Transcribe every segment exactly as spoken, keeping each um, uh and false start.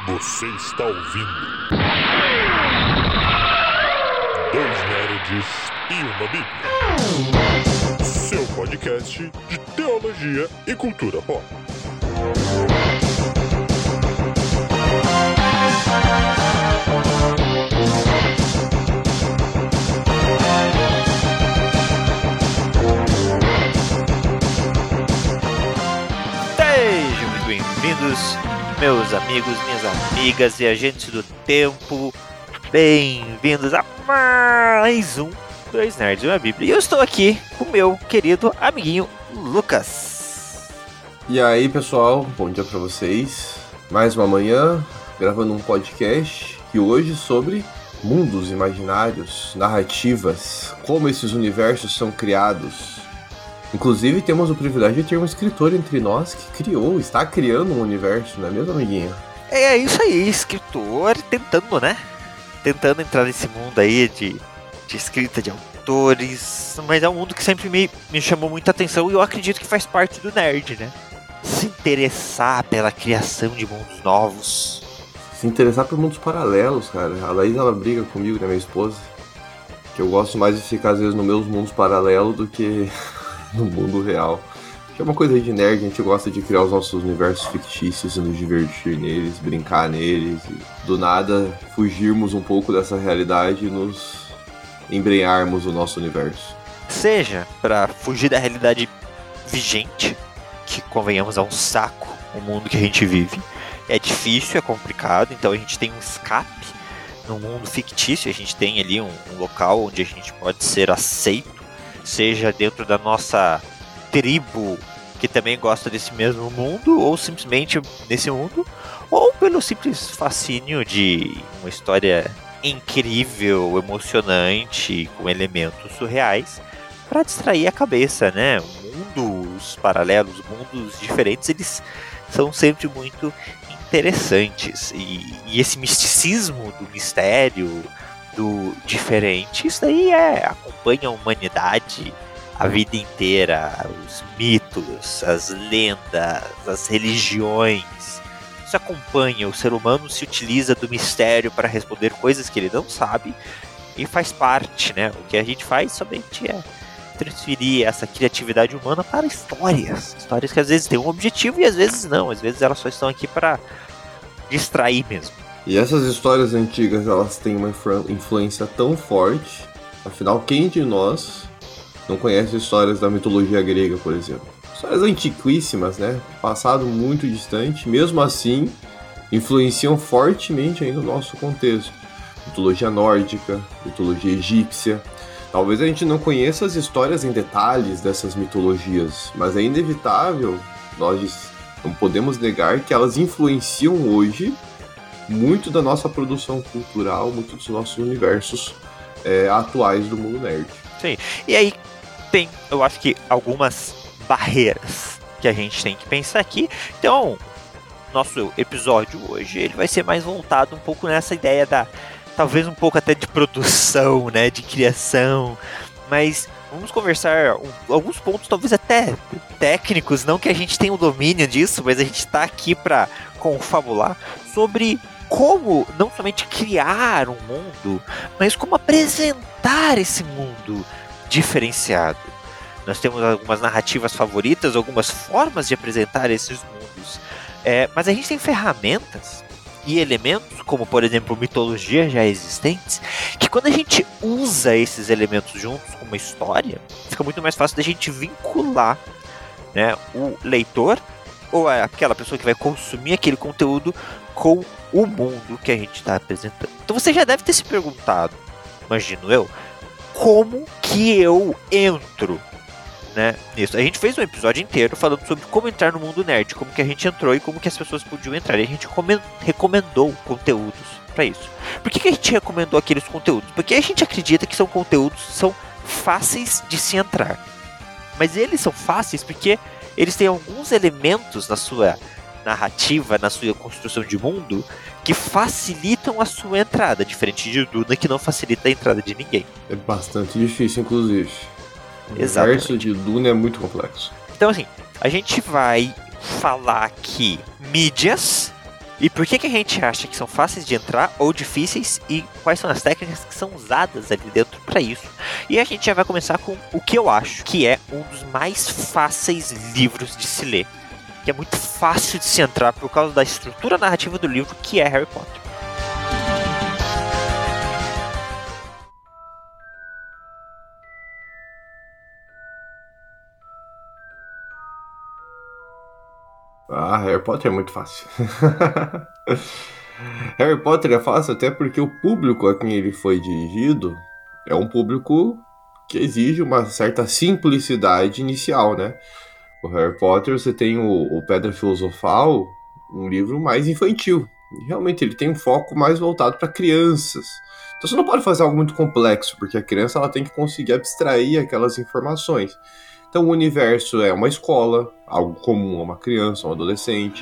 Você está ouvindo Dois Nerds e uma Bíblia, seu podcast de teologia e cultura pop. Sejam muito bem-vindos, meus amigos, minhas amigas e agentes do tempo. Bem-vindos a mais um Dois Nerds e uma Bíblia. E eu estou aqui com o meu querido amiguinho Lucas. E aí, pessoal, bom dia pra vocês. Mais uma manhã, gravando um podcast e hoje sobre mundos imaginários, narrativas, como esses universos são criados. Inclusive, temos o privilégio de ter um escritor entre nós que criou, está criando um universo, não é mesmo, amiguinho? É isso aí, escritor tentando, né? Tentando entrar nesse mundo aí de, de escrita de autores, mas é um mundo que sempre me, me chamou muita atenção e eu acredito que faz parte do nerd, né? Se interessar pela criação de mundos novos. Se interessar por mundos paralelos, cara. A Laís, ela briga comigo, né, minha esposa, que eu gosto mais de ficar, às vezes, nos meus mundos paralelos do que no mundo real. Que é uma coisa de nerd, a gente gosta de criar os nossos universos fictícios e nos divertir neles, brincar neles e do nada fugirmos um pouco dessa realidade e nos embrenharmos o nosso universo. Seja para fugir da realidade vigente, que convenhamos é um saco, o mundo que a gente vive. É difícil, é complicado, então a gente tem um escape no mundo fictício, a gente tem ali um, um local onde a gente pode ser aceito, seja dentro da nossa tribo que também gosta desse mesmo mundo, ou simplesmente nesse mundo, ou pelo simples fascínio de uma história incrível, emocionante, com elementos surreais, para distrair a cabeça, né? Mundos paralelos, mundos diferentes, eles são sempre muito interessantes. E, e esse misticismo do mistério, do diferente, isso daí é, acompanha a humanidade a vida inteira, os mitos, as lendas, as religiões. Isso acompanha, o ser humano se utiliza do mistério para responder coisas que ele não sabe e faz parte, né? O que a gente faz somente é transferir essa criatividade humana para histórias. Histórias que às vezes têm um objetivo e às vezes não. Às vezes elas só estão aqui para distrair mesmo. E essas histórias antigas, elas têm uma influ- influência tão forte. Afinal, quem de nós não conhece histórias da mitologia grega, por exemplo? Histórias antiquíssimas, né? Passado muito distante, mesmo assim, influenciam fortemente ainda o nosso contexto. Mitologia nórdica, mitologia egípcia. Talvez a gente não conheça as histórias em detalhes dessas mitologias, mas é inevitável, nós não podemos negar que elas influenciam hoje muito da nossa produção cultural, muito dos nossos universos é, atuais do mundo nerd. Sim, e aí tem, eu acho que algumas barreiras que a gente tem que pensar aqui. Então, nosso episódio hoje, ele vai ser mais voltado um pouco nessa ideia da, talvez um pouco até de produção, né, de criação, mas vamos conversar um, alguns pontos talvez até técnicos, não que a gente tenha o domínio disso, mas a gente está aqui para confabular sobre como não somente criar um mundo, mas como apresentar esse mundo diferenciado. Nós temos algumas narrativas favoritas, algumas formas de apresentar esses mundos, é, mas a gente tem ferramentas e elementos, como por exemplo mitologias já existentes, que quando a gente usa esses elementos juntos com uma história, fica muito mais fácil da gente vincular, né, o leitor ou aquela pessoa que vai consumir aquele conteúdo com o mundo que a gente está apresentando. Então você já deve ter se perguntado, imagino eu, como que eu entro, né, nisso. A gente fez um episódio inteiro falando sobre como entrar no mundo nerd, como que a gente entrou e como que as pessoas podiam entrar. E a gente recomendou conteúdos para isso. Por que que a gente recomendou aqueles conteúdos? Porque a gente acredita que são conteúdos que são fáceis de se entrar. Mas eles são fáceis porque eles têm alguns elementos na sua narrativa, na sua construção de mundo, que facilitam a sua entrada, diferente de Duna, que não facilita a entrada de ninguém. É bastante difícil, inclusive. O Exatamente. universo de Duna é muito complexo. Então, assim, a gente vai falar aqui mídias E por que, que a gente acha que são fáceis de entrar ou difíceis e quais são as técnicas que são usadas ali dentro para isso. E a gente já vai começar com o que eu acho que é um dos mais fáceis livros de se ler, que é muito fácil de se entrar por causa da estrutura narrativa do livro, que é Harry Potter. Ah, Harry Potter é muito fácil. Harry Potter é fácil até porque o público a quem ele foi dirigido é um público que exige uma certa simplicidade inicial, né? O Harry Potter, você tem o, o Pedra Filosofal, um livro mais infantil. E realmente ele tem um foco mais voltado para crianças. Então você não pode fazer algo muito complexo, porque a criança ela tem que conseguir abstrair aquelas informações. Então o universo é uma escola, algo comum a uma criança, um adolescente.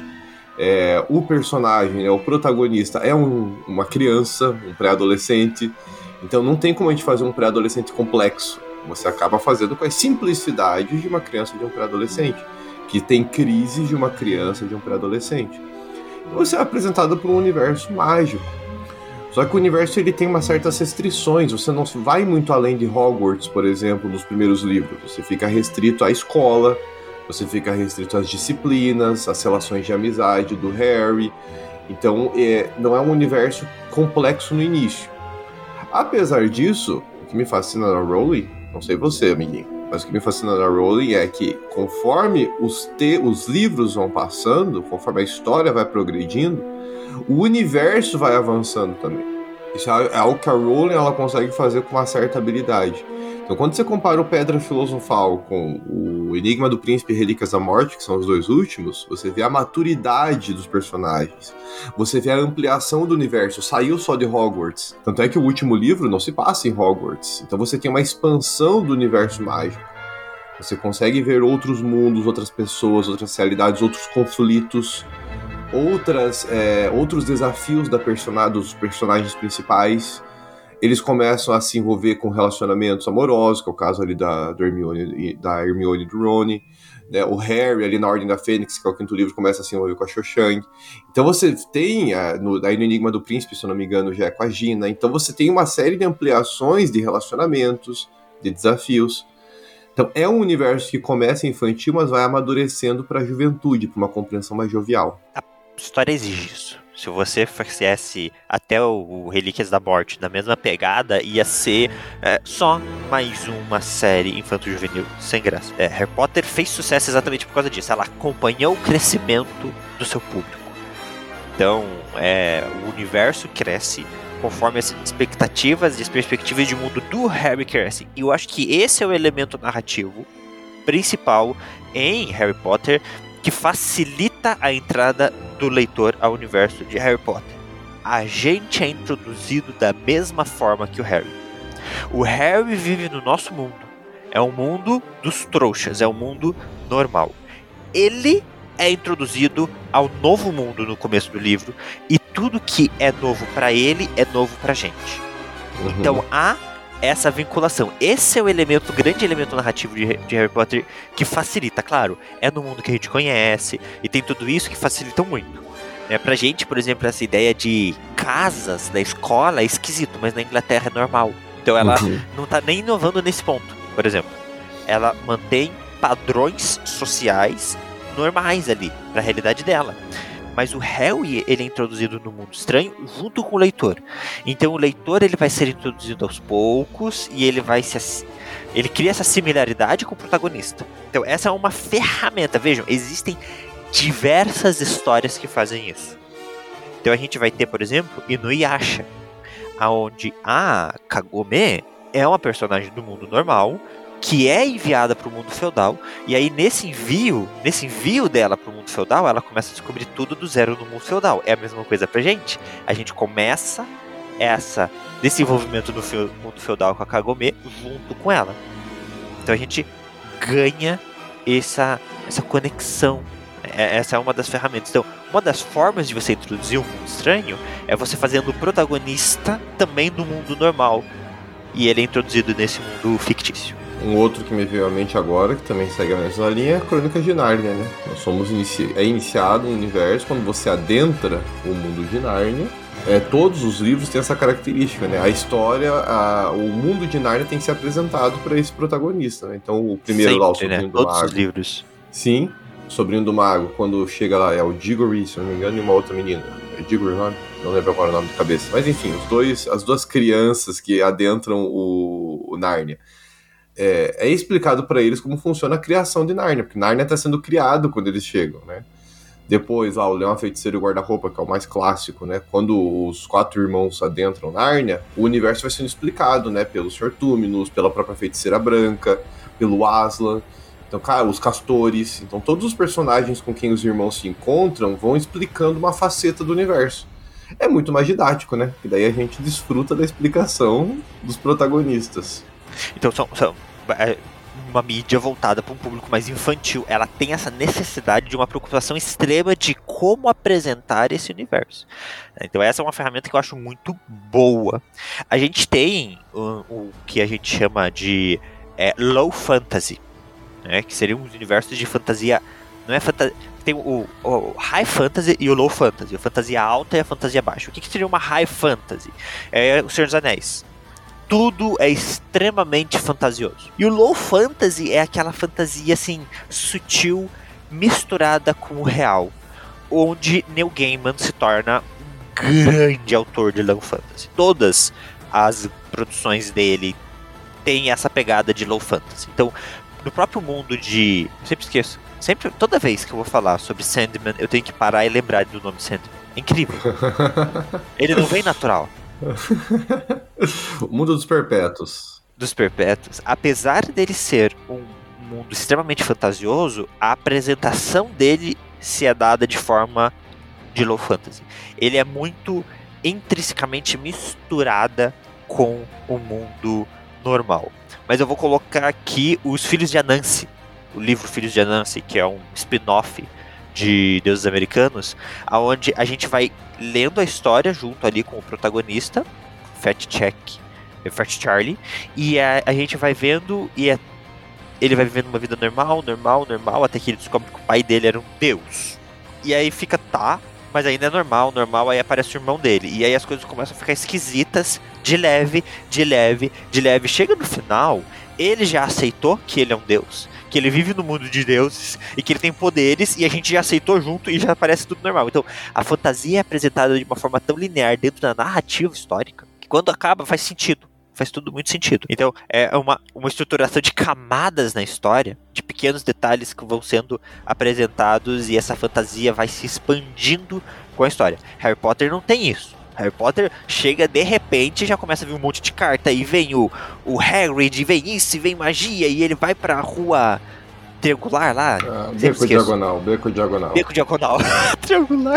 É, o personagem, né, o protagonista é um, uma criança, um pré-adolescente. Então não tem como a gente fazer um pré-adolescente complexo. Você acaba fazendo com as simplicidades de uma criança, de um pré-adolescente, que tem crises de uma criança, de um pré-adolescente. Você é apresentado por um universo mágico. Só que o universo ele tem umas certas restrições. Você não vai muito além de Hogwarts, por exemplo, nos primeiros livros. Você fica restrito à escola, você fica restrito às disciplinas, às relações de amizade do Harry. Então, é, não é um universo complexo no início. Apesar disso, o que me fascina na Rowling, não sei você, amiguinho, mas o que me fascina na Rowling é que conforme os, te- os livros vão passando, conforme a história vai progredindo, o universo vai avançando também. Isso é algo que a Rowling ela consegue fazer com uma certa habilidade. Então, quando você compara o Pedra Filosofal com o Enigma do Príncipe e Relíquias da Morte, que são os dois últimos, você vê a maturidade dos personagens. Você vê a ampliação do universo. Saiu só de Hogwarts. Tanto é que o último livro não se passa em Hogwarts. Então você tem uma expansão do universo mágico. Você consegue ver outros mundos, outras pessoas, outras realidades, outros conflitos, outras, é, outros desafios da persona- dos personagens principais. Eles começam a se envolver com relacionamentos amorosos, que é o caso ali da, do Hermione, da Hermione e do Rony, né? O Harry ali na Ordem da Fênix, que é o quinto livro, começa a se envolver com a Cho Chang. Então você tem, no, aí no Enigma do Príncipe, se eu não me engano, já é com a Gina. Então você tem uma série de ampliações de relacionamentos, de desafios. Então é um universo que começa infantil, mas vai amadurecendo para a juventude, para uma compreensão mais jovial. A história exige isso. Se você fizesse até o Relíquias da Morte na mesma pegada, ia ser é, só mais uma série infanto-juvenil sem graça. É, Harry Potter fez sucesso exatamente por causa disso. Ela acompanhou o crescimento do seu público. Então, é, o universo cresce conforme as expectativas e as perspectivas de mundo do Harry crescem. E eu acho que esse é o elemento narrativo principal em Harry Potter que facilita a entrada do leitor ao universo de Harry Potter. A gente é introduzido da mesma forma que o Harry. O Harry vive no nosso mundo. É um mundo dos trouxas, é um mundo normal. Ele é introduzido ao novo mundo no começo do livro e tudo que é novo para ele é novo pra gente. Uhum. Então há essa vinculação. Esse é o elemento, o grande elemento narrativo de, de Harry Potter que facilita, claro, é no mundo que a gente conhece e tem tudo isso que facilita muito. É, pra gente, por exemplo, essa ideia de casas da escola é esquisito, mas na Inglaterra é normal. Então ela uhum. não tá nem inovando nesse ponto, por exemplo. Ela mantém padrões sociais normais ali, pra realidade dela. Mas o Harry, ele é introduzido no mundo estranho junto com o leitor. Então o leitor ele vai ser introduzido aos poucos e ele vai se ele cria essa similaridade com o protagonista. Então essa é uma ferramenta. Vejam, existem diversas histórias que fazem isso. Então a gente vai ter, por exemplo, Inuyasha, aonde a Kagome é uma personagem do mundo normal que é enviada para o mundo feudal, e aí nesse envio, nesse envio dela para o mundo feudal, ela começa a descobrir tudo do zero no mundo feudal. É a mesma coisa pra gente. A gente começa essa desenvolvimento do fe- mundo feudal com a Kagome junto com ela. Então a gente ganha essa, essa conexão. Essa é uma das ferramentas. Então, uma das formas de você introduzir um mundo estranho é você fazendo o protagonista também do mundo normal. E ele é introduzido nesse mundo fictício. Um outro que me veio à mente agora, que também segue a mesma linha, é a Crônica de Nárnia, né? Nós somos inici... É iniciado um universo, quando você adentra o mundo de Nárnia, é, todos os livros têm essa característica, né? A história, a... o mundo de Nárnia tem que ser apresentado para esse protagonista, né? Então, o primeiro Sempre, lá, o Sobrinho né? do Todos Mago. os livros. Sim, o Sobrinho do Mago, quando chega lá, é o Diggory, se não me engano, e uma outra menina. É Diggory, não, não lembro agora o nome de cabeça. Mas enfim, os dois, as duas crianças que adentram o, o Nárnia. É, é explicado para eles como funciona a criação de Nárnia, porque Nárnia está sendo criado quando eles chegam, né? Depois, lá, o Leão, a Feiticeira e o Guarda-Roupa, que é o mais clássico, né? Quando os quatro irmãos adentram Nárnia, o universo vai sendo explicado, né? Pelo senhor Túminus, pela própria Feiticeira Branca, pelo Aslan. Então, cara, os castores. Então, todos os personagens com quem os irmãos se encontram vão explicando uma faceta do universo. É muito mais didático, né? E daí a gente desfruta da explicação dos protagonistas. Então são, são é uma mídia voltada para um público mais infantil. Ela tem essa necessidade de uma preocupação extrema de como apresentar esse universo. Então essa é uma ferramenta que eu acho muito boa. A gente tem o, o que a gente chama de é, low fantasy, né, que seriam os universos de fantasia. Não é fantasia. Tem o, o high fantasy e o low fantasy. A fantasia alta e a fantasia baixa. O que, que seria uma high fantasy? É o Senhor dos Anéis. Tudo é extremamente fantasioso. E o low fantasy é aquela fantasia assim, sutil, misturada com o real, onde Neil Gaiman se torna um grande autor de low fantasy. Todas as produções dele têm essa pegada de low fantasy. Então, no próprio mundo de... Eu sempre esqueço. Sempre, toda vez que eu vou falar sobre Sandman, eu tenho que parar e lembrar do nome Sandman. É incrível. Ele não vem natural. O mundo dos perpétuos. Dos perpétuos, apesar dele ser um mundo extremamente fantasioso, a apresentação dele se é dada de forma de low fantasy. Ele é muito intrinsecamente misturada com o mundo normal. Mas eu vou colocar aqui os Filhos de Anansi, o livro Filhos de Anansi, que é um spin-off de Deuses Americanos, onde a gente vai lendo a história junto ali com o protagonista, Fat Check, Fat Charlie, e a, a gente vai vendo e é, ele vai vivendo uma vida normal, normal, normal, até que ele descobre que o pai dele era um deus. E aí fica, tá, mas ainda é normal, normal, aí aparece o irmão dele. E aí as coisas começam a ficar esquisitas, de leve, de leve, de leve. Chega no final, ele já aceitou que ele é um deus, que ele vive no mundo de deuses e que ele tem poderes, e a gente já aceitou junto e já parece tudo normal. Então, a fantasia é apresentada de uma forma tão linear dentro da narrativa histórica, que quando acaba faz sentido. Faz tudo muito sentido. Então, é uma, uma estruturação de camadas na história, de pequenos detalhes que vão sendo apresentados, e essa fantasia vai se expandindo com a história. Harry Potter não tem isso. Harry Potter chega de repente e já começa a vir um monte de carta, e vem o, o Hagrid, e vem isso, e vem magia, e ele vai pra rua triangular lá. Ah, beco diagonal, beco diagonal. Beco diagonal. Triangular.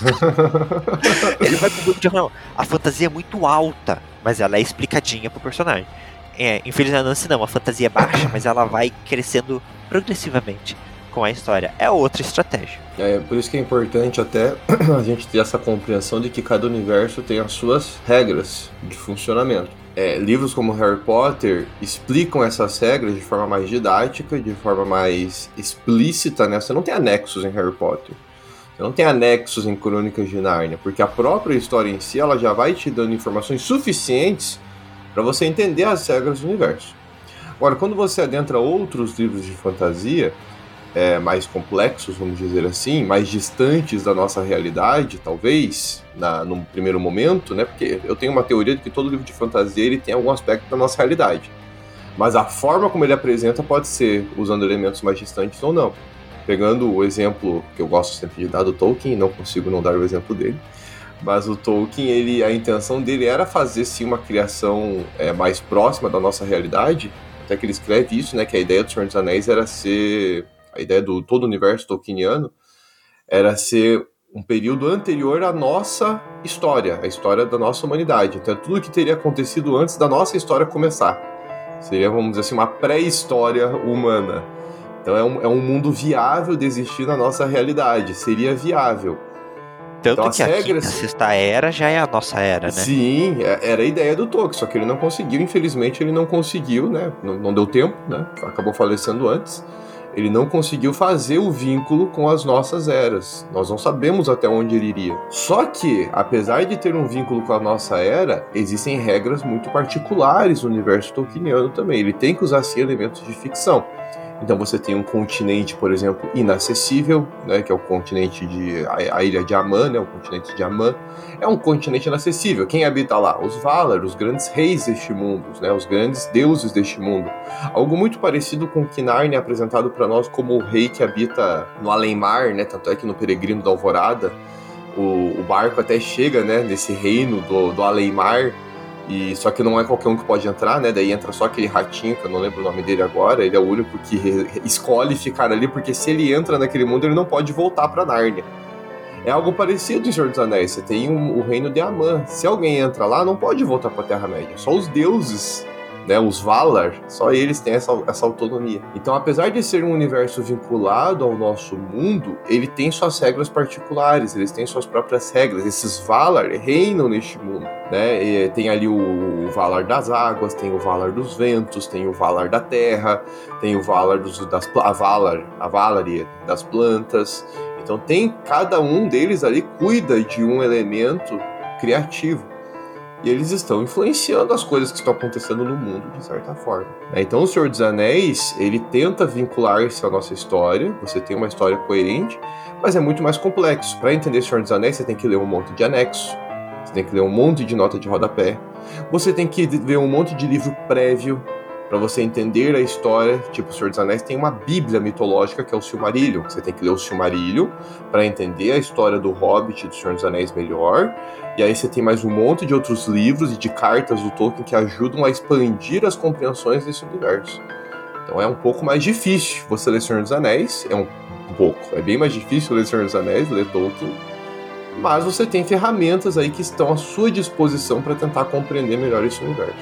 Ele vai pro beco diagonal. A fantasia é muito alta, mas ela é explicadinha pro personagem. É, em Filhos de Anansi não, a fantasia é baixa, mas ela vai crescendo progressivamente com a história. É outra estratégia. É por isso que é importante até a gente ter essa compreensão de que cada universo tem as suas regras de funcionamento. É, livros como Harry Potter explicam essas regras de forma mais didática, de forma mais explícita, né? Você não tem anexos em Harry Potter. Você não tem anexos em Crônicas de Nárnia, porque a própria história em si ela já vai te dando informações suficientes para você entender as regras do universo. Agora, quando você adentra outros livros de fantasia, É, mais complexos, vamos dizer assim, mais distantes da nossa realidade, talvez, na, num primeiro momento, né? Porque eu tenho uma teoria de que todo livro de fantasia ele tem algum aspecto da nossa realidade. Mas a forma como ele apresenta pode ser usando elementos mais distantes ou não. Pegando o exemplo que eu gosto sempre de dar do Tolkien, não consigo não dar o exemplo dele, mas o Tolkien, ele, a intenção dele era fazer sim uma criação é, mais próxima da nossa realidade, até que ele escreve isso, né? Que a ideia do Senhor dos Anéis era ser... A ideia do todo o universo tolkieniano era ser um período anterior à nossa história, a história da nossa humanidade. Então, tudo que teria acontecido antes da nossa história começar. Seria, vamos dizer assim, uma pré-história humana. Então, é um, é um mundo viável de existir na nossa realidade. Seria viável. Tanto Então, que as aqui regras- a sexta era já é a nossa era, né? Sim, é- era a ideia do Tolkien, só que ele não conseguiu, infelizmente ele não conseguiu, né? Não, não deu tempo, né? Acabou falecendo antes. Ele não conseguiu fazer o vínculo com as nossas eras. Nós não sabemos até onde ele iria. Só que, apesar de ter um vínculo com a nossa era, existem regras muito particulares no universo tolkieniano também. Ele tem que usar, sim, elementos de ficção. Então você tem um continente, por exemplo, inacessível, né, que é o continente de a, a ilha de Aman, né, o continente de Aman. É um continente inacessível. Quem habita lá? Os Valar, os grandes reis deste mundo, né, os grandes deuses deste mundo. Algo muito parecido com o que Narnia é apresentado para nós como o rei que habita no além-mar, né, tanto é que no Peregrino da Alvorada o, o barco até chega, né, nesse reino do, do além-mar. E só que não é qualquer um que pode entrar, né? Daí entra só aquele ratinho, que eu não lembro o nome dele agora. Ele é o único que re- escolhe ficar ali, porque se ele entra naquele mundo, ele não pode voltar pra Nárnia. É algo parecido em Senhor dos Anéis. Você tem um, o reino de Aman. Se alguém entra lá, não pode voltar pra Terra-média. Só os deuses, né? Os Valar, só eles têm essa, essa autonomia. Então, apesar de ser um universo vinculado ao nosso mundo, ele tem suas regras particulares, eles têm suas próprias regras. Esses Valar reinam neste mundo, né? E tem ali o, o Valar das águas, tem o Valar dos ventos, tem o Valar da terra, tem o Valar dos, das a Valar, a Valaria das plantas. Então tem cada um deles ali cuida de um elemento criativo. E eles estão influenciando as coisas que estão acontecendo no mundo, de certa forma. Então, o Senhor dos Anéis, ele tenta vincular-se à nossa história. Você tem uma história coerente, mas é muito mais complexo. Para entender o Senhor dos Anéis, você tem que ler um monte de anexo. Você tem que ler um monte de nota de rodapé. Você tem que ver um monte de livro prévio para você entender a história. Tipo, o Senhor dos Anéis tem uma bíblia mitológica que é o Silmarillion. Você tem que ler o Silmarillion para entender a história do Hobbit e do Senhor dos Anéis melhor. E aí você tem mais um monte de outros livros e de cartas do Tolkien que ajudam a expandir as compreensões desse universo. Então é um pouco mais difícil você ler Senhor dos Anéis. É um pouco. É bem mais difícil ler Senhor dos Anéis, ler Tolkien. Mas você tem ferramentas aí que estão à sua disposição para tentar compreender melhor esse universo.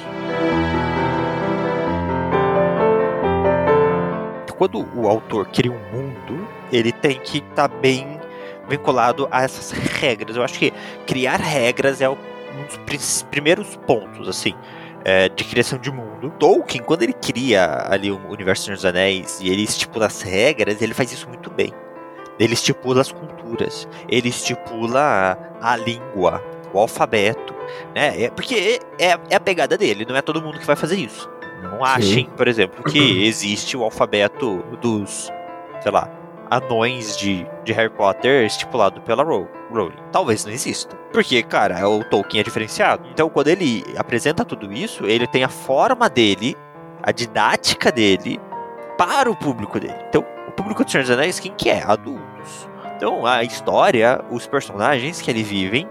Quando o autor cria um mundo, ele tem que estar tá bem vinculado a essas regras. Eu acho que criar regras é um dos primeiros pontos, assim, é, de criação de mundo. Tolkien, quando ele cria ali o universo dos Anéis e ele estipula as regras, ele faz isso muito bem. Ele estipula as culturas, ele estipula a, a língua, o alfabeto, né? É, porque é, é a pegada dele, não é todo mundo que vai fazer isso. Não achem, por exemplo, que existe o alfabeto dos, sei lá, anões de, de Harry Potter estipulado pela Rowling. Talvez não exista. Porque, cara, o Tolkien é diferenciado. Então, quando ele apresenta tudo isso, ele tem a forma dele, a didática dele, para o público dele. Então, o público do Senhor dos Anéis, quem que é? Adultos. Então, a história, os personagens que ali vivem,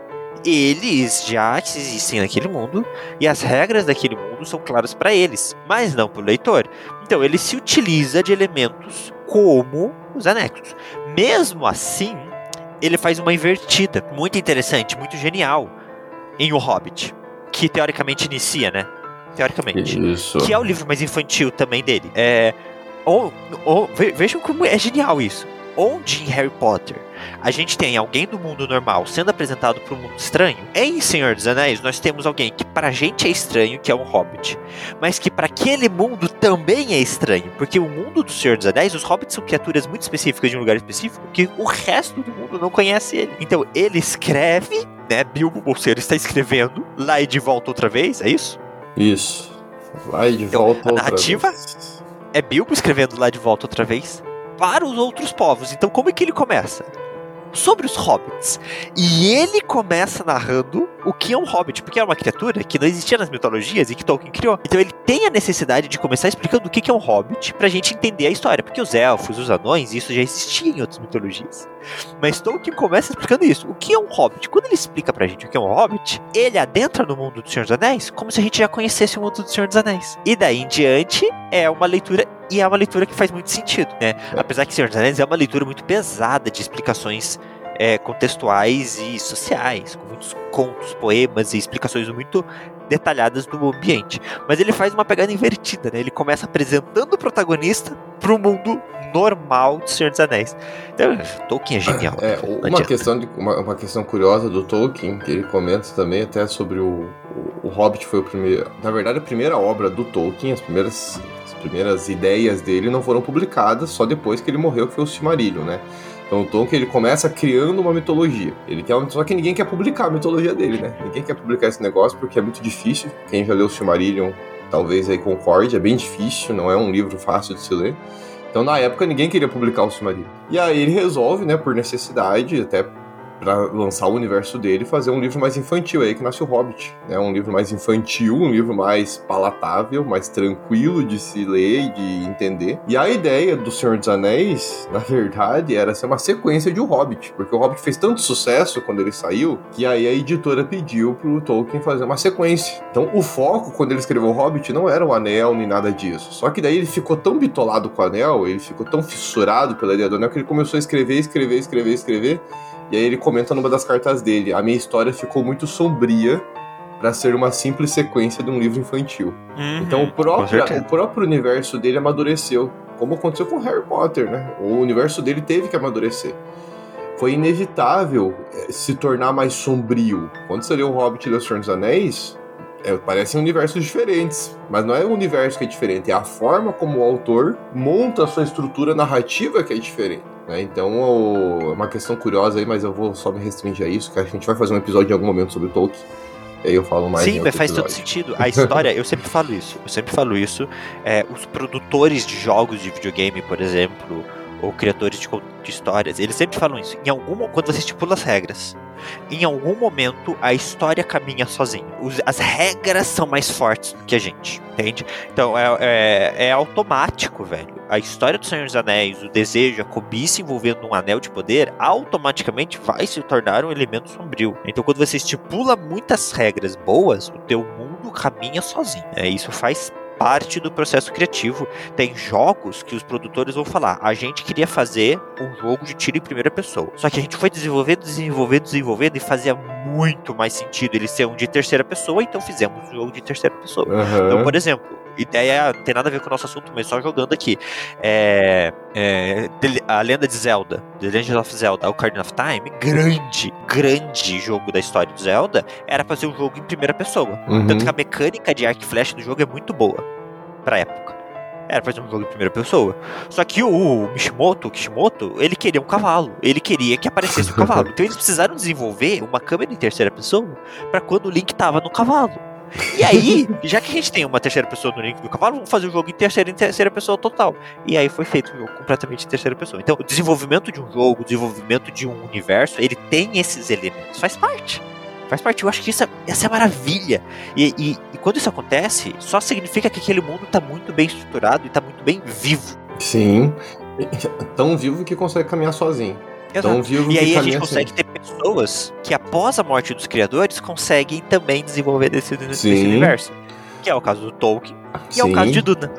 eles já existem naquele mundo e as regras daquele mundo são claras para eles, mas não para o leitor. Então ele se utiliza de elementos como os anexos. Mesmo assim, ele faz uma invertida muito interessante, muito genial em O Hobbit, que teoricamente inicia, né? Teoricamente. Isso. Que é o livro mais infantil também dele. É, ou, ou, vejam como é genial isso. Onde em Harry Potter a gente tem alguém do mundo normal sendo apresentado para um mundo estranho, em Senhor dos Anéis nós temos alguém que pra gente é estranho, que é um hobbit, mas que para aquele mundo também é estranho, porque o mundo do Senhor dos Anéis, os hobbits são criaturas muito específicas de um lugar específico que o resto do mundo não conhece ele. Então ele escreve, né, Bilbo Bolseiro está escrevendo lá e de volta outra vez, é isso? Isso. Lá e de então, volta a outra narrativa vez. É Bilbo escrevendo lá de volta outra vez para os outros povos. Então como é que ele começa? Sobre os hobbits. E ele começa narrando o que é um hobbit, porque é uma criatura que não existia nas mitologias e que Tolkien criou. Então ele tem a necessidade de começar explicando o que é um hobbit pra gente entender a história, porque os elfos, os anões, isso já existia em outras mitologias. Mas Tolkien começa explicando isso. O que é um hobbit? Quando ele explica pra gente o que é um hobbit, ele adentra no mundo do Senhor dos Anéis como se a gente já conhecesse o mundo do Senhor dos Anéis. E daí em diante é uma leitura, e é uma leitura que faz muito sentido, né? Apesar que Senhor dos Anéis é uma leitura muito pesada de explicações é, contextuais e sociais, com muitos contos, poemas e explicações muito detalhadas do ambiente. Mas ele faz uma pegada invertida, né? Ele começa apresentando o protagonista pro mundo normal de Senhor dos Anéis. Então, Tolkien é genial. É, uma, questão de, uma, uma questão curiosa do Tolkien, que ele comenta também até sobre o, o, o Hobbit foi o primeiro... Na verdade, a primeira obra do Tolkien, as primeiras, as primeiras ideias dele não foram publicadas só depois que ele morreu, que foi o Silmarillion, né? Então o Tolkien, ele começa criando uma mitologia. Ele tem uma... Só que ninguém quer publicar a mitologia dele, né? Ninguém quer publicar esse negócio porque é muito difícil. Quem já leu o Silmarillion talvez aí concorde, é bem difícil, não é um livro fácil de se ler. Então, na época, ninguém queria publicar o Silmarillion. E aí ele resolve, né, por necessidade, até pra lançar o universo dele, fazer um livro mais infantil, aí que nasce o Hobbit, né, um livro mais infantil, um livro mais palatável, mais tranquilo de se ler e de entender. E a ideia do Senhor dos Anéis, na verdade, era ser uma sequência de O Hobbit, porque o Hobbit fez tanto sucesso quando ele saiu, que aí a editora pediu pro Tolkien fazer uma sequência. Então, o foco, quando ele escreveu o Hobbit, não era o anel, nem nada disso. Só que daí ele ficou tão bitolado com o anel, ele ficou tão fissurado pela ideia do anel, que ele começou a escrever, escrever, escrever, escrever. E aí ele comenta numa das cartas dele: a minha história ficou muito sombria para ser uma simples sequência de um livro infantil. Uhum, então o próprio, o próprio universo dele amadureceu, como aconteceu com Harry Potter, né? O universo dele teve que amadurecer. Foi inevitável se tornar mais sombrio. Quando você lê o Hobbit e o Senhor dos Anéis, é, parecem universos diferentes, mas não é o universo que é diferente, é a forma como o autor monta a sua estrutura narrativa que é diferente. Então, é uma questão curiosa aí, mas eu vou só me restringir a isso, que a gente vai fazer um episódio em algum momento sobre o Tolkien. E aí eu falo mais. Sim, mas faz episódio. Todo sentido. A história, eu sempre falo isso, eu sempre falo isso. É, os produtores de jogos de videogame, por exemplo, ou criadores de, de histórias, eles sempre falam isso. Em algum, quando você estipula as regras, em algum momento a história caminha sozinha. Os, as regras são mais fortes do que a gente, entende? Então é, é, é automático, velho. A história do Senhor dos Anéis, o desejo, a cobiça envolvendo um anel de poder, automaticamente vai se tornar um elemento sombrio. Então quando você estipula muitas regras boas, o teu mundo caminha sozinho. É, isso faz parte do processo criativo. Tem jogos que os produtores vão falar: a gente queria fazer um jogo de tiro em primeira pessoa, só que a gente foi desenvolvendo, desenvolvendo, desenvolvendo e fazia muito mais sentido ele ser um de terceira pessoa, então fizemos um jogo de terceira pessoa. Uhum. Então, por exemplo, ideia não tem nada a ver com o nosso assunto, mas só jogando aqui, é, é, a lenda de Zelda, The Legend of Zelda, Ocarina of Time, grande, grande jogo da história de Zelda, era fazer um jogo em primeira pessoa. Uhum. Tanto que a mecânica de arco e flecha do jogo é muito boa pra época. Era fazer um jogo em primeira pessoa. Só que o Mishimoto, o Kishimoto, ele queria um cavalo. Ele queria que aparecesse um cavalo. Então eles precisaram desenvolver uma câmera em terceira pessoa pra quando o Link tava no cavalo. E aí, já que a gente tem uma terceira pessoa no Link do cavalo, vamos fazer o jogo em terceira, em terceira pessoa total. E aí foi feito um jogo completamente em terceira pessoa. Então, o desenvolvimento de um jogo, o desenvolvimento de um universo, ele tem esses elementos. Faz parte. Faz parte. Eu acho que isso é, essa é a maravilha. E, e, e quando isso acontece, só significa que aquele mundo está muito bem estruturado e está muito bem vivo. Sim. Tão vivo que consegue caminhar sozinho. Tão vivo e aí que a gente consegue assim. ter pessoas que após a morte dos criadores conseguem também desenvolver desse, desse universo. Que é o caso do Tolkien e Sim. é o caso de Duna.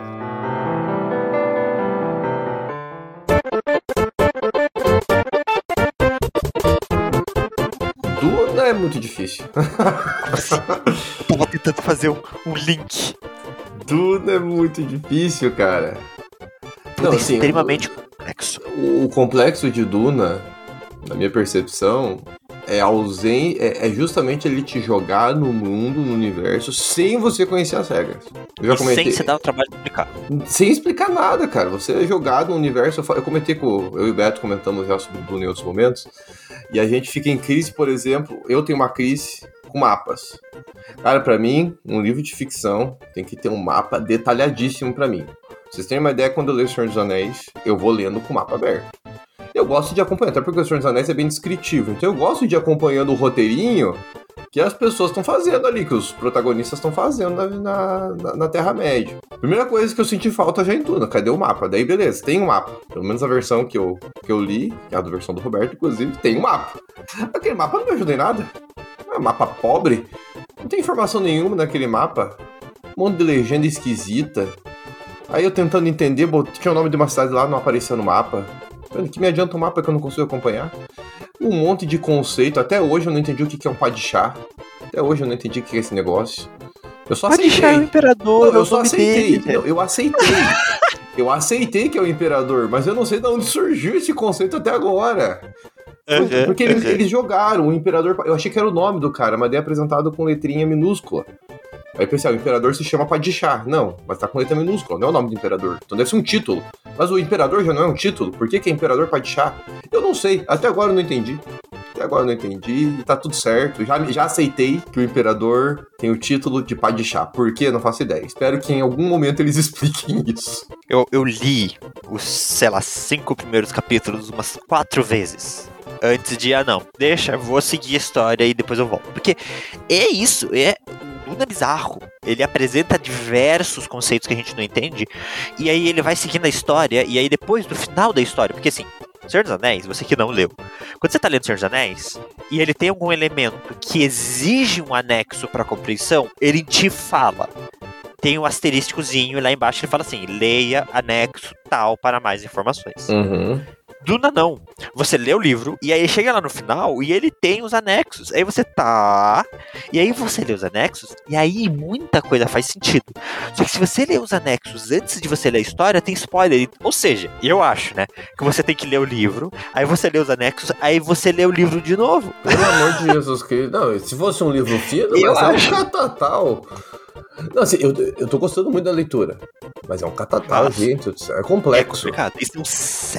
Duna é muito difícil. Eu tava tentando fazer um, um link. Duna é muito difícil, cara. Não, é assim, extremamente complexo. O, o complexo de Duna, na minha percepção, é ausente, é, é justamente ele te jogar no mundo, no universo, sem você conhecer as regras. Eu já e comentei, sem você dar o trabalho de explicar. Sem explicar nada, cara. Você é jogado no universo. Eu comentei com eu e o Beto, comentamos já sobre Duna em outros momentos. E a gente fica em crise, por exemplo, eu tenho uma crise com mapas. Cara, pra mim, um livro de ficção tem que ter um mapa detalhadíssimo pra mim. Vocês têm uma ideia, quando eu leio O Senhor dos Anéis, eu vou lendo com o mapa aberto. Eu gosto de acompanhar, até porque O Senhor dos Anéis é bem descritivo. Então eu gosto de ir acompanhando o roteirinho que as pessoas estão fazendo ali, que os protagonistas estão fazendo na, na, na Terra-média. Primeira coisa que eu senti falta já em Duna, cadê o mapa? Daí beleza, tem um mapa. Pelo menos a versão que eu, que eu li, que é a da versão do Roberto, inclusive, tem um mapa. Aquele mapa não me ajuda em nada. É um mapa pobre. Não tem informação nenhuma naquele mapa. Um monte de legenda esquisita. Aí eu tentando entender, tinha o nome de uma cidade lá, não aparecia no mapa. Que me adianta um mapa que eu não consigo acompanhar? um monte de conceito. Até hoje eu não entendi o que é um padishah. Até hoje eu não entendi o que é esse negócio. Eu só aceitei. Padishah é o imperador, não, eu é só aceitei. dele, não, eu aceitei. Eu aceitei que é o imperador, mas eu não sei de onde surgiu esse conceito até agora. Uhum, Porque eles, uhum. eles jogaram o imperador. Eu achei que era o nome do cara, mas daí é apresentado com letrinha minúscula. Aí pensei, ah, o imperador se chama Padishah. Não, mas tá com letra minúscula, não é o nome do imperador. Então deve ser um título. Mas o imperador já não é um título? Por que, que é imperador Padishah? Eu não sei, até agora eu não entendi. Até agora eu não entendi, e tá tudo certo. Já, já aceitei que o imperador tem o título de Padishah. Por quê? Não faço ideia. Espero que em algum momento eles expliquem isso. Eu, eu li os, sei lá, cinco primeiros capítulos umas quatro vezes. Antes de, ah não, deixa, vou seguir a história e depois eu volto. Porque é isso, é... Duna é bizarro. Ele apresenta diversos conceitos que a gente não entende. E aí ele vai seguindo a história. E aí depois do final da história, porque assim, Senhor dos Anéis, você que não leu, quando você tá lendo Senhor dos Anéis e ele tem algum elemento que exige um anexo pra compreensão, ele te fala. Tem um asterísticozinho e lá embaixo ele fala assim, leia anexo tal para mais informações. Uhum. Duna não. Você lê o livro e aí chega lá no final e ele tem os anexos. Aí você tá... E aí você lê os anexos e aí muita coisa faz sentido. Só que se você lê os anexos antes de você ler a história, tem spoiler. Ou seja, eu acho, né? Que você tem que ler o livro, aí você lê os anexos, aí você lê o livro de novo. Pelo amor de Jesus Cristo. Não, se fosse um livro fino, Eu mas acho. é um catatal. Não, assim, eu, eu tô gostando muito da leitura. Mas é um catatal, Nossa. gente. É É complexo. complicado. E são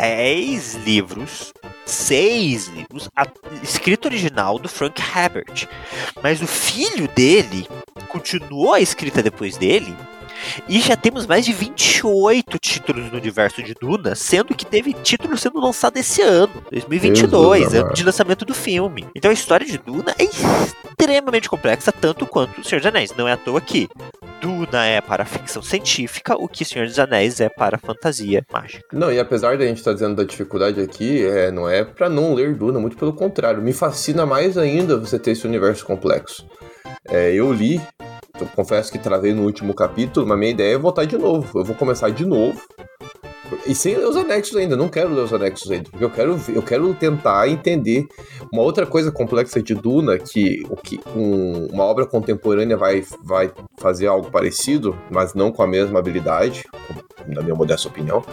seis livros, seis livros, a, escrito original do Frank Herbert. Mas o filho dele continuou a escrita depois dele. E já temos mais de vinte e oito títulos no universo de Duna, sendo que teve título sendo lançado esse ano, dois mil e vinte e dois, Jesus, ano de lançamento do filme. Então a história de Duna é extremamente complexa, tanto quanto O Senhor dos Anéis. Não é à toa que Duna é para a ficção científica, o que Senhor dos Anéis é para a fantasia mágica. Não, e apesar da gente estar dizendo da dificuldade aqui, é, não é pra não ler Duna, muito pelo contrário. Me fascina mais ainda você ter esse universo complexo. É, eu li, eu confesso que travei no último capítulo, mas minha ideia é voltar de novo. Eu vou começar de novo. E sem ler os anexos ainda, não quero ler os anexos ainda, porque eu quero, eu quero tentar entender uma outra coisa complexa de Duna, que, o que um, uma obra contemporânea vai, vai fazer algo parecido, mas não com a mesma habilidade, na minha modesta opinião,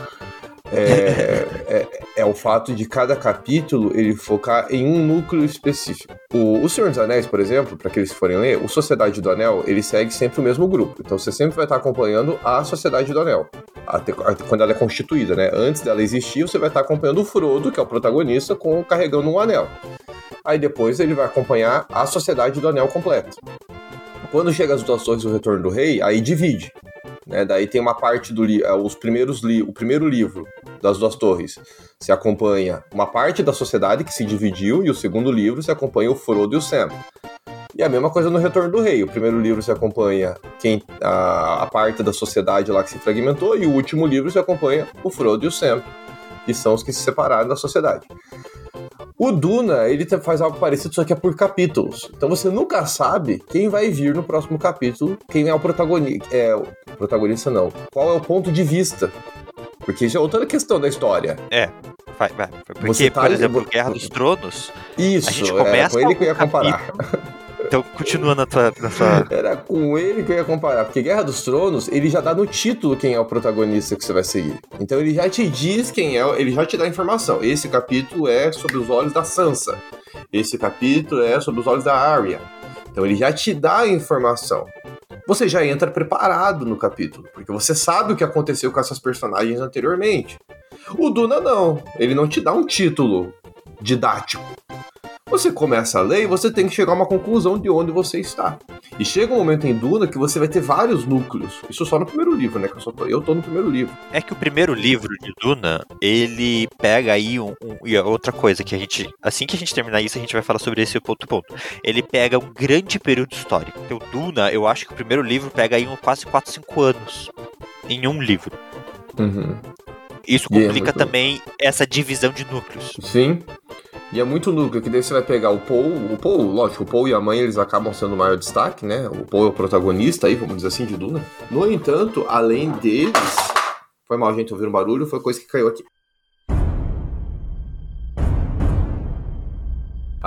é, é, é o fato de cada capítulo ele focar em um núcleo específico. O, o Senhor dos Anéis, por exemplo, para aqueles que forem ler, o Sociedade do Anel, ele segue sempre o mesmo grupo. Então você sempre vai estar acompanhando a Sociedade do Anel, até, até quando ela é constituída, né? Antes dela existir, você vai estar acompanhando o Frodo, que é o protagonista, com, carregando um anel. Aí depois ele vai acompanhar a Sociedade do Anel completa. Quando chega as Duas Torres e o Retorno do Rei, aí divide. Né, daí tem uma parte do li- os primeiros li- o primeiro livro das Duas Torres se acompanha uma parte da sociedade que se dividiu e o segundo livro se acompanha o Frodo e o Sam. E a mesma coisa no Retorno do Rei. O primeiro livro se acompanha quem, a, a parte da sociedade lá que se fragmentou e o último livro se acompanha o Frodo e o Sam, que são os que se separaram da sociedade. O Duna, ele faz algo parecido, só que é por capítulos. Então você nunca sabe quem vai vir no próximo capítulo, quem é o protagonista. É, o protagonista não. Qual é o ponto de vista. Porque isso é outra questão da história. É, vai, vai. Porque, Você tá- por exemplo, Guerra dos Tronos, Isso, a gente era começa com ele que eu ia com um comparar. então continua na tua... Na tua... Era com ele que eu ia comparar. Porque Guerra dos Tronos, ele já dá no título quem é o protagonista que você vai seguir. Então ele já te diz quem é, ele já te dá a informação. Esse capítulo é sobre os olhos da Sansa. Esse capítulo é sobre os olhos da Arya. Então ele já te dá a informação. Você já entra preparado no capítulo, porque você sabe o que aconteceu com essas personagens anteriormente. O Duna não, ele não te dá um título didático. Você começa a ler e você tem que chegar a uma conclusão de onde você está. E chega um momento em Duna que você vai ter vários núcleos. Isso só no primeiro livro, né? Que eu, só tô, eu tô no primeiro livro. É que o primeiro livro de Duna, ele pega aí um, um... E outra coisa que a gente... Assim que a gente terminar isso, a gente vai falar sobre esse outro ponto. Ele pega um grande período histórico. Então, Duna, eu acho que o primeiro livro pega aí um, quase quatro, cinco anos. Em um livro. Uhum. Isso E é complica muito- também essa divisão de núcleos. Sim. E é muito núcleo, que daí você vai pegar o Paul, o Paul, lógico, o Paul e a mãe, eles acabam sendo o maior destaque, né? O Paul é o protagonista aí, vamos dizer assim, de Duna. No entanto, além deles... Foi mal, gente, ouviram um barulho, foi coisa que caiu aqui.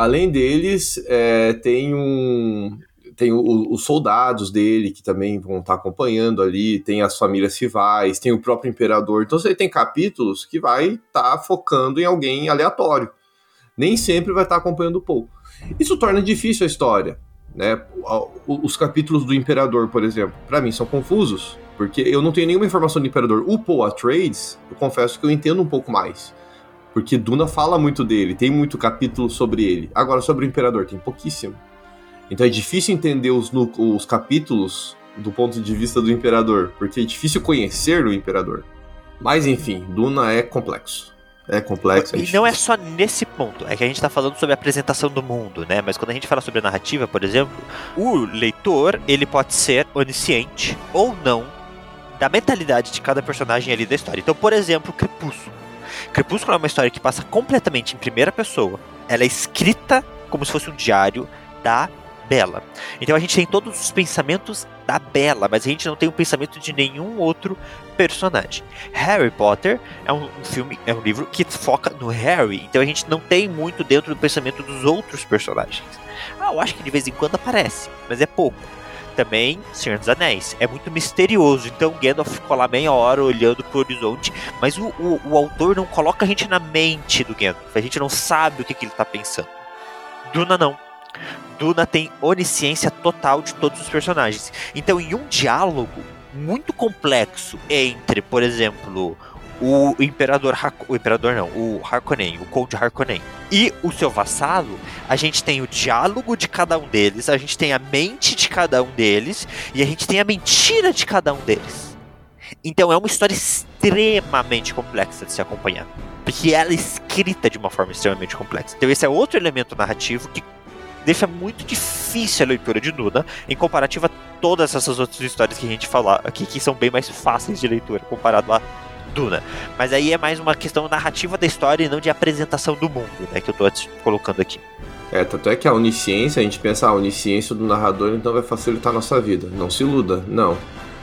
Além deles, é, tem um... Tem o, os soldados dele, que também vão estar acompanhando ali, tem as famílias rivais, tem o próprio imperador. Então você tem capítulos que vai estar focando em alguém aleatório. Nem sempre vai estar acompanhando o Paul. Isso torna difícil a história, né? Os capítulos do imperador, por exemplo, para mim são confusos, porque eu não tenho nenhuma informação do imperador. O Paul Atreides, eu confesso que eu entendo um pouco mais, porque Duna fala muito dele, tem muito capítulo sobre ele. Agora, sobre o imperador, tem pouquíssimo. Então é difícil entender os, os capítulos do ponto de vista do imperador, porque é difícil conhecer o imperador. Mas enfim, Duna é complexo. É complexo. É e não é só nesse ponto, é que a gente tá falando sobre a apresentação do mundo, né? Mas quando a gente fala sobre a narrativa, por exemplo, o leitor, ele pode ser onisciente ou não da mentalidade de cada personagem ali da história. Então, por exemplo, Crepúsculo. Crepúsculo é uma história que passa completamente em primeira pessoa. Ela é escrita como se fosse um diário da Bella. Então a gente tem todos os pensamentos da Bella, mas a gente não tem o pensamento de nenhum outro personagem. Harry Potter é um, um filme, é um livro que foca no Harry, então a gente não tem muito dentro do pensamento dos outros personagens. Ah, eu acho que de vez em quando aparece, mas é pouco. Também Senhor dos Anéis, é muito misterioso, então Gandalf ficou lá meia hora olhando pro horizonte, mas o, o, o autor não coloca a gente na mente do Gandalf, a gente não sabe o que, que ele tá pensando. Duna não. Duna tem onisciência total de todos os personagens. Então, em um diálogo muito complexo entre, por exemplo, o Imperador... Hark- o Imperador não, o Harkonnen, o Conde Harkonnen e o seu vassalo, a gente tem o diálogo de cada um deles, a gente tem a mente de cada um deles e a gente tem a mentira de cada um deles. Então, é uma história extremamente complexa de se acompanhar, porque ela é escrita de uma forma extremamente complexa. Então, esse é outro elemento narrativo que deixa muito difícil a leitura de Duna em comparativa a todas essas outras histórias que a gente fala aqui, que são bem mais fáceis de leitura comparado a Duna. Mas aí é mais uma questão narrativa da história e não de apresentação do mundo, né, que eu tô colocando aqui. É, tanto é que a onisciência, a gente pensa, a onisciência do narrador então vai facilitar a nossa vida. Não se iluda, não.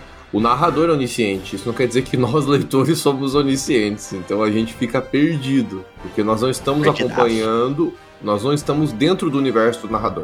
O narrador é onisciente, isso não quer dizer que nós, leitores, somos oniscientes. Então a gente fica perdido, porque nós não estamos Perdidaço. acompanhando... Nós não estamos dentro do universo do narrador.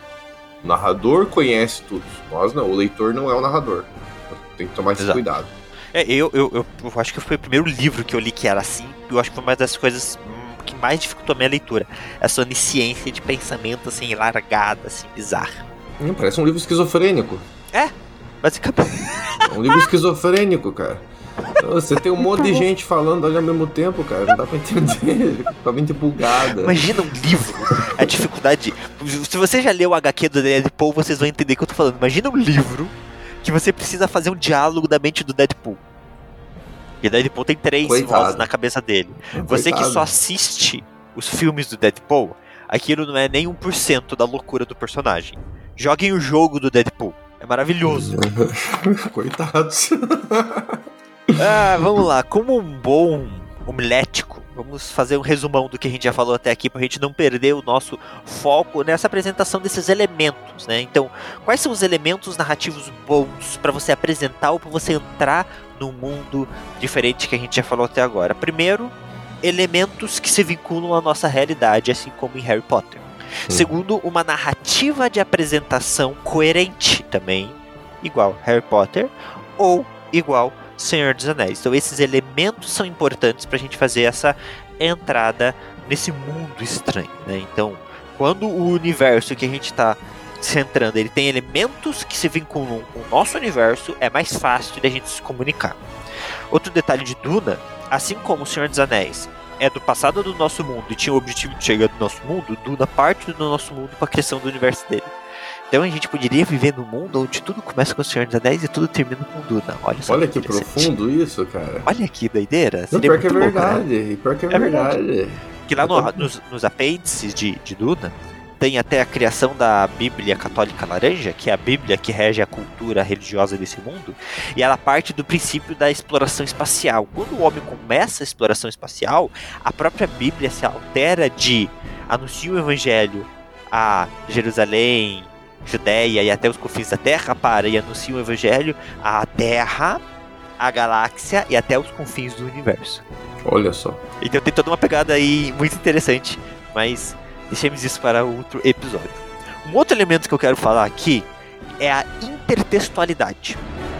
O narrador conhece tudo. Nós não, o leitor não é o narrador. Tem que tomar esse Exato. cuidado. É, eu, eu, eu, eu acho que foi o primeiro livro que eu li que era assim. Eu acho que foi uma das coisas que mais dificultou a minha leitura. Essa onisciência de pensamento assim, largada, assim, bizarra. Hum, parece um livro esquizofrênico. É, basicamente. É um livro esquizofrênico, cara. Você tem um monte de gente falando ali ao mesmo tempo, cara. Não dá pra entender. Fica muito bugada. Imagina um livro. A dificuldade. Se você já leu o agá quê do Deadpool, vocês vão entender o que eu tô falando. Imagina um livro que você precisa fazer um diálogo da mente do Deadpool. E o Deadpool tem três Coitado. vozes na cabeça dele. Coitado. Você que só assiste os filmes do Deadpool, aquilo não é nem um por cento da loucura do personagem. Joguem o jogo do Deadpool. É maravilhoso. Coitados. Ah, vamos lá. Como um bom homilético, vamos fazer um resumão do que a gente já falou até aqui pra gente não perder o nosso foco nessa apresentação desses elementos, né? Então, quais são os elementos narrativos bons pra você apresentar ou pra você entrar num mundo diferente que a gente já falou até agora? Primeiro, elementos que se vinculam à nossa realidade, assim como em Harry Potter. Hum. Segundo, uma narrativa de apresentação coerente também, igual Harry Potter, ou igual Senhor dos Anéis. Então esses elementos são importantes pra gente fazer essa entrada nesse mundo estranho, né? Então, quando o universo que a gente tá centrando, ele tem elementos que se vinculam com o nosso universo, é mais fácil de a gente se comunicar. Outro detalhe de Duna, assim como o Senhor dos Anéis é do passado do nosso mundo e tinha o objetivo de chegar no nosso mundo, Duna parte do nosso mundo para a criação do universo dele. Então a gente poderia viver num mundo onde tudo começa com o Senhor dos Anéis e tudo termina com Duna. Olha só. Olha que profundo isso, cara. Olha que doideira. Não, pior que é verdade. Louco, né? Pior que é, é verdade. verdade. Que lá no, nos, nos apêndices de, de Duna tem até a criação da Bíblia Católica Laranja, que é a Bíblia que rege a cultura religiosa desse mundo, e ela parte do princípio da exploração espacial. Quando o homem começa a exploração espacial, a própria Bíblia se altera de anuncia o Evangelho a Jerusalém, Judéia e até os confins da Terra, para e anuncia o Evangelho à Terra, à galáxia e até os confins do universo. Olha só. Então tem toda uma pegada aí muito interessante, mas deixemos isso para outro episódio. Um outro elemento que eu quero falar aqui é a intertextualidade.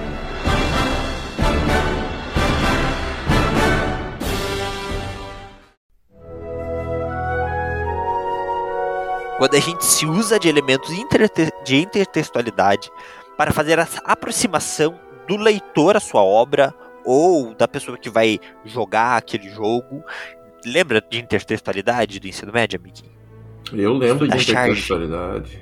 Quando a gente se usa de elementos interte- de intertextualidade para fazer essa aproximação do leitor à sua obra ou da pessoa que vai jogar aquele jogo. Lembra de intertextualidade do ensino médio, amiguinho? Eu lembro Da de charge. intertextualidade.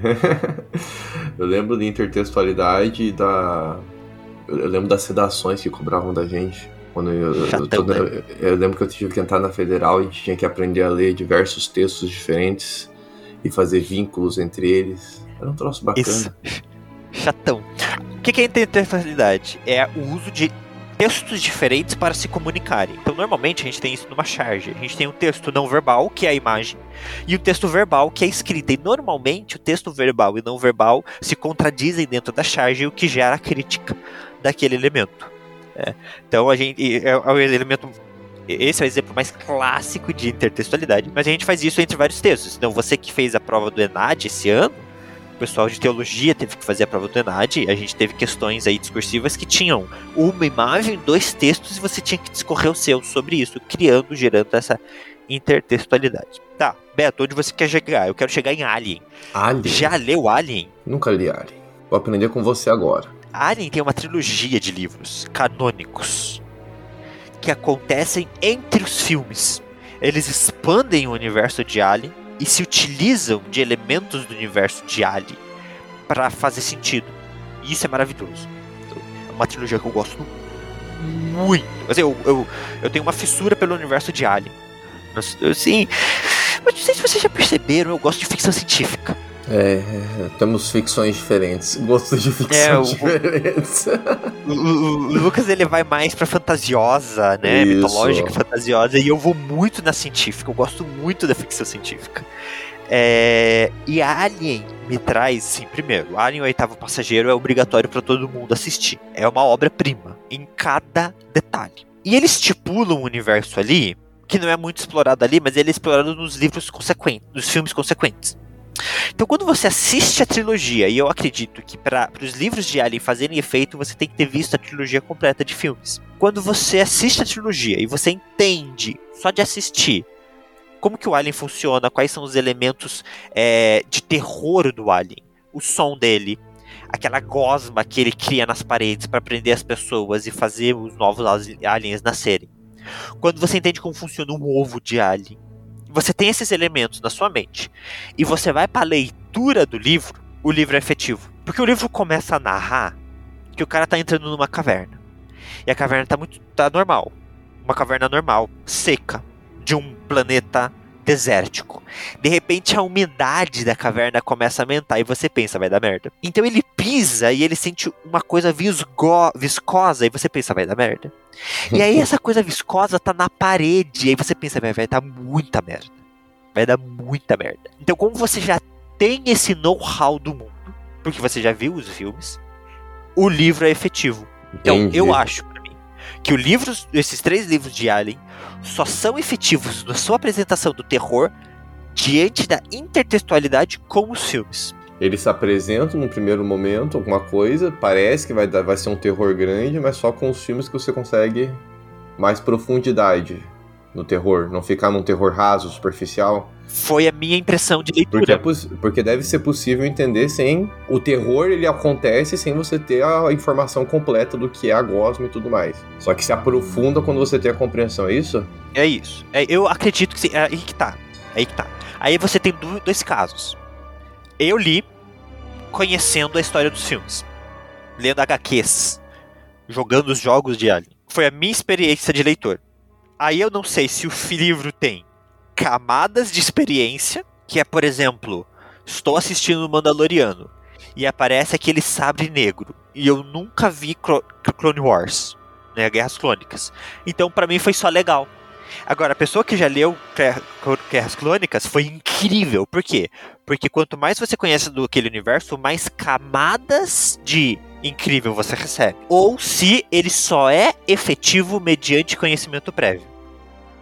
Eu lembro de intertextualidade e da... Eu lembro das sedações que cobravam da gente. Quando eu, eu, Chatão, eu, né? eu, eu lembro que eu tive que entrar na Federal e a gente tinha que aprender a ler diversos textos diferentes e fazer vínculos entre eles. Era um troço bacana. Isso. Chatão. O que é intertextualidade? É o uso de textos diferentes para se comunicarem. Então, normalmente, a gente tem isso numa charge. A gente tem um texto não verbal, que é a imagem, e um texto verbal, que é a escrita. E, normalmente, o texto verbal e não verbal se contradizem dentro da charge, o que gera a crítica daquele elemento. É. Então, a gente... É, é o elemento... Esse é o exemplo mais clássico de intertextualidade. Mas a gente faz isso entre vários textos. Então, você que fez a prova do ENAD esse ano, o pessoal de teologia teve que fazer a prova do ENAD, a gente teve questões aí discursivas que tinham uma imagem, dois textos, e você tinha que discorrer o seu sobre isso, criando, gerando essa intertextualidade. Tá, Beto, onde você quer chegar? Eu quero chegar em Alien. Alien? Já leu Alien? Nunca li Alien. Vou aprender com você agora. Alien tem uma trilogia de livros canônicos que acontecem entre os filmes. Eles expandem o universo de Alien e se utilizam de elementos do universo de Alien para fazer sentido. E isso é maravilhoso. Então, é uma trilogia que eu gosto muito. Assim, eu, eu, eu tenho uma fissura pelo universo de Alien. Assim, mas não sei se vocês já perceberam, eu gosto de ficção científica. É, temos ficções diferentes, gostos de ficções É, o- diferentes. O, o- o Lucas, ele vai mais pra fantasiosa, né? Isso. Mitológica, fantasiosa. E eu vou muito na científica. Eu gosto muito da ficção científica. É, e a Alien me traz, sim, primeiro, Alien, o Oitavo Passageiro, é obrigatório pra todo mundo assistir. É uma obra-prima, em cada detalhe. E eles estipulam um universo ali, que não é muito explorado ali, mas ele é explorado nos livros consequentes, nos filmes consequentes. Então, quando você assiste a trilogia, e eu acredito que para os livros de Alien fazerem efeito, você tem que ter visto a trilogia completa de filmes. Quando você assiste a trilogia e você entende, só de assistir, como que o Alien funciona, quais são os elementos é, de terror do Alien, o som dele, aquela gosma que ele cria nas paredes para prender as pessoas e fazer os novos aliens nascerem. Quando você entende como funciona um ovo de Alien, você tem esses elementos na sua mente e você vai para a leitura do livro, o livro é efetivo. Porque o livro começa a narrar que o cara tá entrando numa caverna. E a caverna tá muito tá normal. Uma caverna normal, seca, de um planeta desértico. De repente a umidade da caverna começa a aumentar e você pensa, vai dar merda. Então ele pisa e ele sente uma coisa visgo- viscosa e você pensa, vai dar merda. E aí essa coisa viscosa tá na parede e aí você pensa, vai, vai dar muita merda. Vai dar muita merda. Então como você já tem esse know-how do mundo, porque você já viu os filmes, o livro é efetivo. Então Entendi. eu acho pra mim que o livro, esses três livros de Alien só são efetivos na sua apresentação do terror diante da intertextualidade com os filmes. Eles se apresentam no primeiro momento, alguma coisa, parece que vai, dar, vai ser um terror grande, mas só com os filmes que você consegue mais profundidade no terror, não ficar num terror raso, superficial. Foi a minha impressão de leitura. Porque, é poss- porque deve ser possível entender sem... O terror, ele acontece sem você ter a informação completa do que é a gosma e tudo mais. Só que se aprofunda quando você tem a compreensão, é isso? É isso. É, eu acredito que sim. É aí que tá. É aí que tá. Aí você tem do- dois casos. Eu li conhecendo a história dos filmes. Lendo agá quês. Jogando os jogos de Alien. Foi a minha experiência de leitor. Aí eu não sei se o fi- livro tem camadas de experiência, que é, por exemplo, estou assistindo o Mandaloriano e aparece aquele sabre negro e eu nunca vi Clo- Clone Wars, né, Guerras Clônicas. Então pra mim foi só legal. Agora, a pessoa que já leu Guerra- Guerras Clônicas foi incrível. Por quê? Porque quanto mais você conhece do aquele universo, mais camadas de incrível você recebe. Ou se ele só é efetivo mediante conhecimento prévio.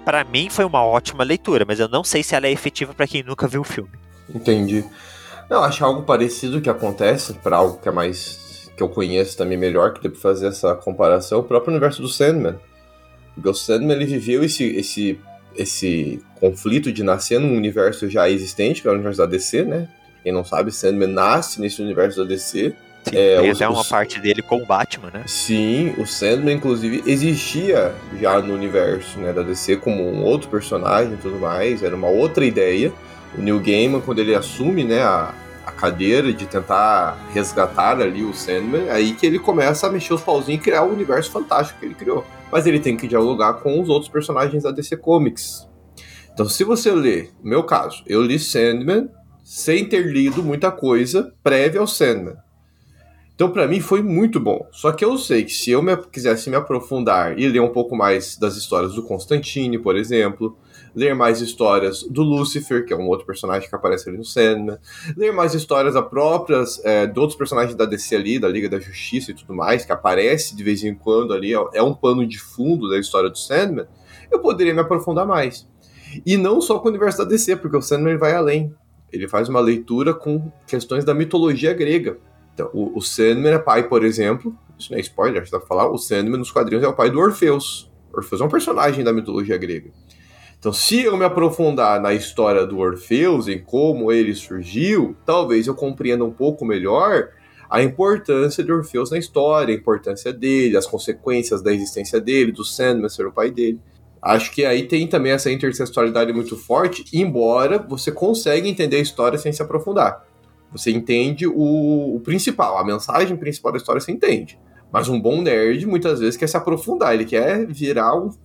pra mim foi uma ótima leitura, mas eu não sei se ela é efetiva pra quem nunca viu o filme. Entendi. Não, acho algo parecido que acontece, pra algo que é mais... que eu conheço também melhor, que dê pra fazer essa comparação, o próprio universo do Sandman. Porque o Sandman, ele viveu esse, esse, esse conflito de nascer num universo já existente, que é o universo da D C, né? Quem não sabe, Sandman nasce nesse universo da D C. Sim, é, tem os, até uma os... parte dele com o Batman, né? Sim, o Sandman, inclusive, existia já no universo, né, da D C como um outro personagem e tudo mais, era uma outra ideia. O Neil Gaiman, quando ele assume, né, a, a cadeira de tentar resgatar ali o Sandman, aí que ele começa a mexer os pauzinhos e criar o universo fantástico que ele criou. Mas ele tem que dialogar com os outros personagens da D C Comics. Então, se você ler, no meu caso, eu li Sandman sem ter lido muita coisa prévia ao Sandman. Então, pra mim, foi muito bom. Só que eu sei que se eu me, quisesse me aprofundar e ler um pouco mais das histórias do Constantine, por exemplo, ler mais histórias do Lucifer, que é um outro personagem que aparece ali no Sandman, ler mais histórias da próprias, é, de outros personagens da D C ali, da Liga da Justiça e tudo mais, que aparece de vez em quando ali, é um pano de fundo da história do Sandman, eu poderia me aprofundar mais. E não só com o universo da D C, porque o Sandman vai além. Ele faz uma leitura com questões da mitologia grega. Então, o, o Sandman é pai, por exemplo, isso não é spoiler, já dá pra falar, o Sandman nos quadrinhos é o pai do Orfeus. Orfeus é um personagem da mitologia grega. Então, se eu me aprofundar na história do Orfeus, em como ele surgiu, talvez eu compreenda um pouco melhor a importância de Orfeus na história, a importância dele, as consequências da existência dele, do Sandman ser o pai dele. Acho que aí tem também essa intertextualidade muito forte, embora você consiga entender a história sem se aprofundar. Você entende o, o principal, a mensagem principal da história você entende. Mas um bom nerd, muitas vezes, quer se aprofundar, ele quer virar um,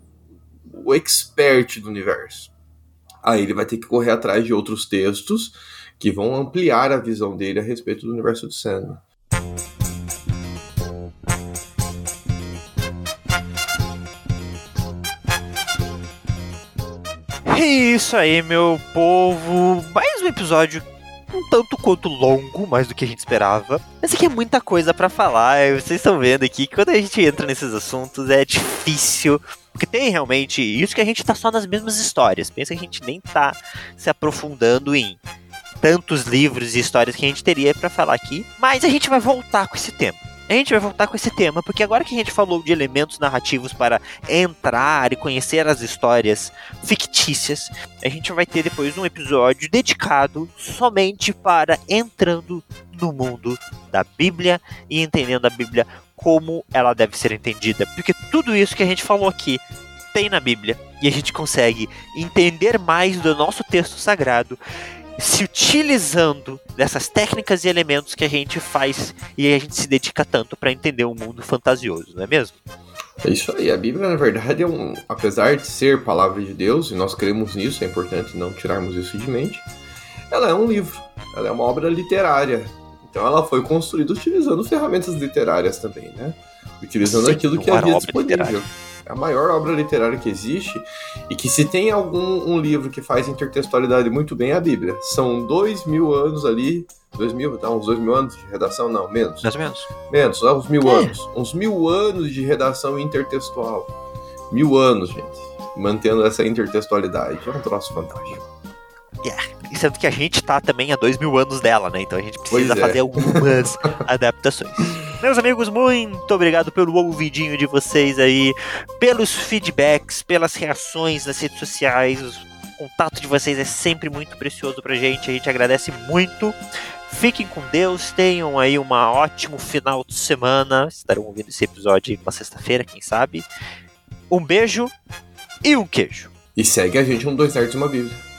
o expert do universo. Aí ele vai ter que correr atrás de outros textos que vão ampliar a visão dele a respeito do universo do Sandman. É isso aí, meu povo. Mais um episódio um tanto quanto longo, mais do que a gente esperava. Mas aqui é muita coisa pra falar. Vocês estão vendo aqui que quando a gente entra nesses assuntos é difícil. Porque tem realmente isso que a gente tá só nas mesmas histórias. Pensa que a gente nem tá se aprofundando em tantos livros e histórias que a gente teria pra falar aqui. Mas a gente vai voltar com esse tema. A gente vai voltar com esse tema, porque agora que a gente falou de elementos narrativos para entrar e conhecer as histórias fictícias, a gente vai ter depois um episódio dedicado somente para entrando no mundo da Bíblia e entendendo a Bíblia como ela deve ser entendida. Porque tudo isso que a gente falou aqui tem na Bíblia e a gente consegue entender mais do nosso texto sagrado se utilizando dessas técnicas e elementos que a gente faz e a gente se dedica tanto para entender o mundo fantasioso, não é mesmo? É isso aí, a Bíblia na verdade é um, apesar de ser palavra de Deus, e nós cremos nisso, é importante não tirarmos isso de mente, ela é um livro, ela é uma obra literária, então ela foi construída utilizando ferramentas literárias também, né? Utilizando Sim, aquilo que havia disponível. Literária. É a maior obra literária que existe, e que se tem algum um livro que faz intertextualidade muito bem é a Bíblia. São dois mil anos ali, dois mil, tá, uns dois mil anos de redação, não, menos. Mais ou menos. Menos, uns mil é. anos. Uns mil anos de redação intertextual. Mil anos, gente, mantendo essa intertextualidade. É um troço fantástico. Yeah. E sendo que a gente tá também há dois mil anos dela, né? Então a gente precisa é. fazer algumas adaptações. Meus amigos, muito obrigado pelo ouvidinho de vocês aí, pelos feedbacks, pelas reações nas redes sociais. O contato de vocês é sempre muito precioso pra gente, a gente agradece muito. Fiquem com Deus, tenham aí um ótimo final de semana. Estarão ouvindo esse episódio uma sexta-feira, quem sabe. Um beijo e um queijo. E segue a gente no Dois Nerds e uma Bíblia.